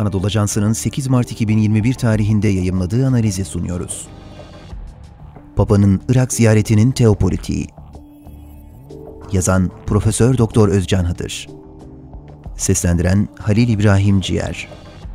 Anadolu Ajansı'nın 8 Mart 2021 tarihinde yayımladığı analizi sunuyoruz. Papa'nın Irak ziyaretinin teopolitiği. Yazan Profesör Doktor Özcan Hıdır. Seslendiren Halil İbrahim Ciğer.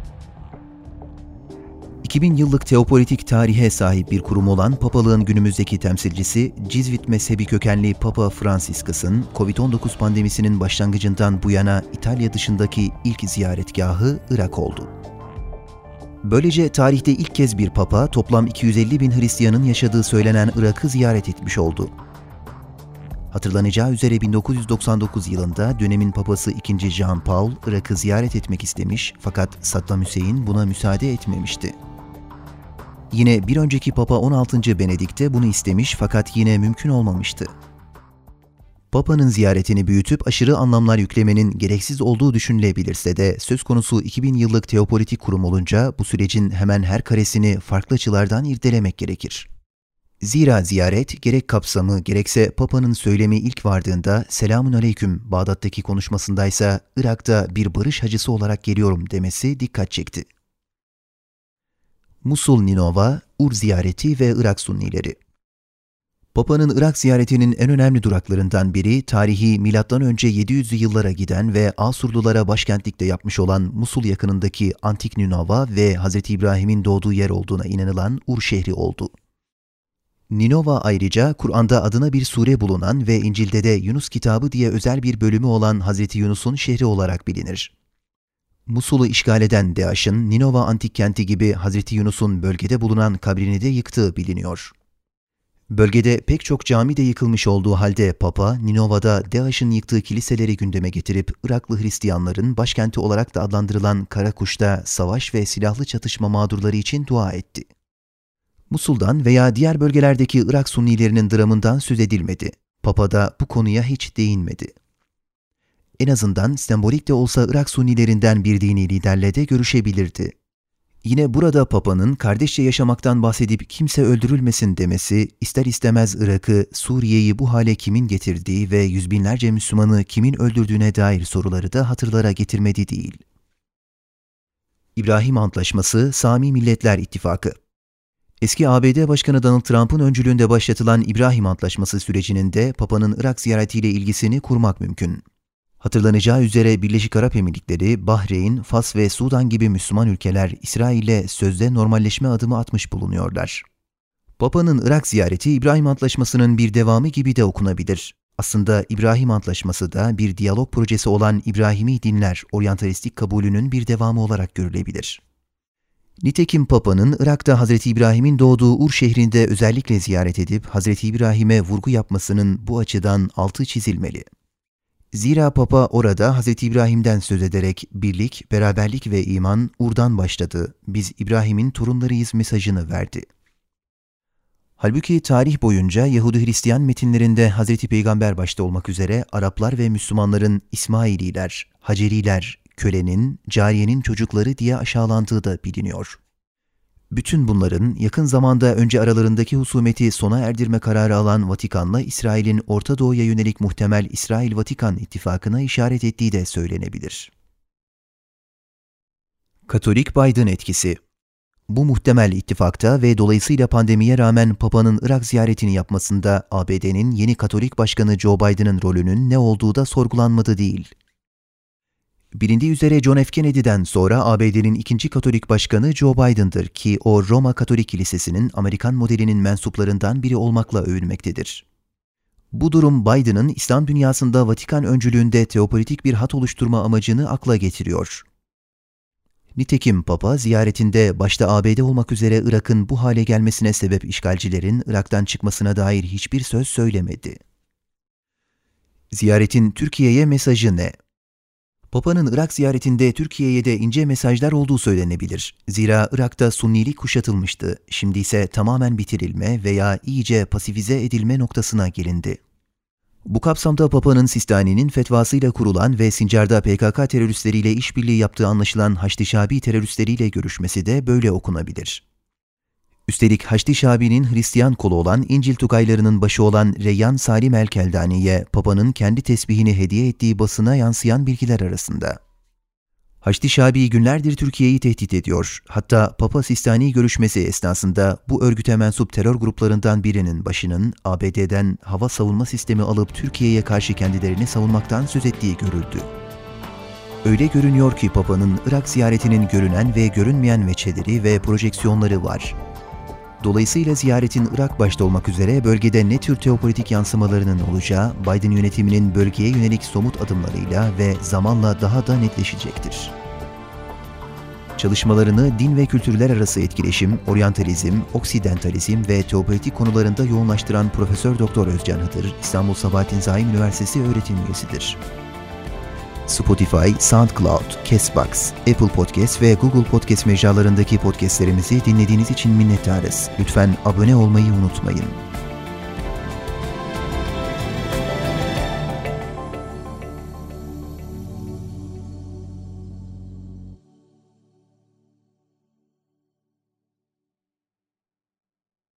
2000 yıllık teopolitik tarihe sahip bir kurum olan Papalığın günümüzdeki temsilcisi, Cizvit mezhebi kökenli Papa Franciscus'ın Covid-19 pandemisinin başlangıcından bu yana İtalya dışındaki ilk ziyaretgahı Irak oldu. Böylece tarihte ilk kez bir Papa, toplam 250 bin Hristiyanın yaşadığı söylenen Irak'ı ziyaret etmiş oldu. Hatırlanacağı üzere 1999 yılında dönemin Papası II. Jean Paul, Irak'ı ziyaret etmek istemiş fakat Saddam Hüseyin buna müsaade etmemişti. Yine bir önceki Papa 16. Benedikt de bunu istemiş fakat yine mümkün olmamıştı. Papa'nın ziyaretini büyütüp aşırı anlamlar yüklemenin gereksiz olduğu düşünülebilirse de söz konusu 2000 yıllık teopolitik kurum olunca bu sürecin hemen her karesini farklı açılardan irdelemek gerekir. Zira ziyaret gerek kapsamı gerekse Papa'nın söylemi ilk vardığında "Selamun aleyküm" Bağdat'taki konuşmasındaysa Irak'ta bir barış hacısı olarak geliyorum demesi dikkat çekti. Musul, Ninova, Ur ziyareti ve Irak Sunnileri. Papa'nın Irak ziyaretinin en önemli duraklarından biri tarihi M.Ö. 700'lü yıllara giden ve Asurlulara başkentlikte yapmış olan Musul yakınındaki Antik Ninova ve Hz. İbrahim'in doğduğu yer olduğuna inanılan Ur şehri oldu. Ninova ayrıca Kur'an'da adına bir sure bulunan ve İncil'de de Yunus kitabı diye özel bir bölümü olan Hz. Yunus'un şehri olarak bilinir. Musul'u işgal eden DAEŞ'ın Ninova antik kenti gibi Hz. Yunus'un bölgede bulunan kabrini de yıktığı biliniyor. Bölgede pek çok cami de yıkılmış olduğu halde Papa, Ninova'da DAEŞ'in yıktığı kiliseleri gündeme getirip Iraklı Hristiyanların başkenti olarak da adlandırılan Karakuş'ta savaş ve silahlı çatışma mağdurları için dua etti. Musul'dan veya diğer bölgelerdeki Irak Sunnilerinin dramından söz edilmedi. Papa da bu konuya hiç değinmedi. En azından sembolik de olsa Irak Sunnilerinden bir dini liderle de görüşebilirdi. Yine burada Papa'nın kardeşçe yaşamaktan bahsedip kimse öldürülmesin demesi, ister istemez Irak'ı, Suriye'yi bu hale kimin getirdiği ve yüz binlerce Müslümanı kimin öldürdüğüne dair soruları da hatırlara getirmedi değil. İbrahim Antlaşması, Sami Milletler İttifakı. Eski ABD Başkanı Donald Trump'ın öncülüğünde başlatılan İbrahim Antlaşması sürecinin de Papa'nın Irak ziyaretiyle ilgisini kurmak mümkün. Hatırlanacağı üzere Birleşik Arap Emirlikleri, Bahreyn, Fas ve Sudan gibi Müslüman ülkeler İsrail'le sözde normalleşme adımı atmış bulunuyorlar. Papa'nın Irak ziyareti İbrahim Antlaşması'nın bir devamı gibi de okunabilir. Aslında İbrahim Antlaşması da bir diyalog projesi olan İbrahimi dinler, oryantalistik kabulünün bir devamı olarak görülebilir. Nitekim Papa'nın Irak'ta Hz. İbrahim'in doğduğu Ur şehrinde özellikle ziyaret edip Hz. İbrahim'e vurgu yapmasının bu açıdan altı çizilmeli. Zira Papa orada Hz. İbrahim'den söz ederek birlik, beraberlik ve iman Ur'dan başladı, biz İbrahim'in torunlarıyız mesajını verdi. Halbuki tarih boyunca Yahudi-Hristiyan metinlerinde Hz. Peygamber başta olmak üzere Araplar ve Müslümanların İsmaililer, Haceriler, kölenin, cariyenin çocukları diye aşağılandığı da biliniyor. Bütün bunların yakın zamanda önce aralarındaki husumeti sona erdirme kararı alan Vatikan'la İsrail'in Orta Doğu'ya yönelik muhtemel İsrail-Vatikan ittifakına işaret ettiği de söylenebilir. Katolik-Biden etkisi. Bu muhtemel ittifakta ve dolayısıyla pandemiye rağmen Papa'nın Irak ziyaretini yapmasında ABD'nin yeni Katolik Başkanı Joe Biden'ın rolünün ne olduğu da sorgulanmadı değil. Bilindiği üzere John F. Kennedy'den sonra ABD'nin ikinci Katolik Başkanı Joe Biden'dır ki o Roma Katolik Kilisesi'nin Amerikan modelinin mensuplarından biri olmakla övülmektedir. Bu durum Biden'ın İslam dünyasında Vatikan öncülüğünde teopolitik bir hat oluşturma amacını akla getiriyor. Nitekim Papa ziyaretinde başta ABD olmak üzere Irak'ın bu hale gelmesine sebep işgalcilerin Irak'tan çıkmasına dair hiçbir söz söylemedi. Ziyaretin Türkiye'ye mesajı ne? Papa'nın Irak ziyaretinde Türkiye'ye de ince mesajlar olduğu söylenebilir. Zira Irak'ta Sunnilik kuşatılmıştı. Şimdi ise tamamen bitirilme veya iyice pasifize edilme noktasına gelindi. Bu kapsamda Papa'nın Sistani'nin fetvasıyla kurulan ve Sincar'da PKK teröristleriyle işbirliği yaptığı anlaşılan Haçlı Şabi teröristleriyle görüşmesi de böyle okunabilir. Üstelik Haçlı Şabi'nin Hristiyan kolu olan İncil Tugaylarının başı olan Reyyan Salim el-Keldani'ye Papa'nın kendi tesbihini hediye ettiği basına yansıyan bilgiler arasında. Haçlı Şabi günlerdir Türkiye'yi tehdit ediyor. Hatta Papa Sistani görüşmesi esnasında bu örgüte mensup terör gruplarından birinin başının ABD'den hava savunma sistemi alıp Türkiye'ye karşı kendilerini savunmaktan söz ettiği görüldü. Öyle görünüyor ki Papa'nın Irak ziyaretinin görünen ve görünmeyen veçeleri ve projeksiyonları var. Dolayısıyla ziyaretin Irak başta olmak üzere bölgede ne tür teopolitik yansımalarının olacağı, Biden yönetiminin bölgeye yönelik somut adımlarıyla ve zamanla daha da netleşecektir. Çalışmalarını din ve kültürler arası etkileşim, oryantalizm, oksidentalizm ve teopolitik konularında yoğunlaştıran Profesör Doktor Özcan Hıdır, İstanbul Sabahattin Zaim Üniversitesi öğretim üyesidir. Spotify, SoundCloud, Castbox, Apple Podcast ve Google Podcast mecralarındaki podcastlerimizi dinlediğiniz için minnettarız. Lütfen abone olmayı unutmayın.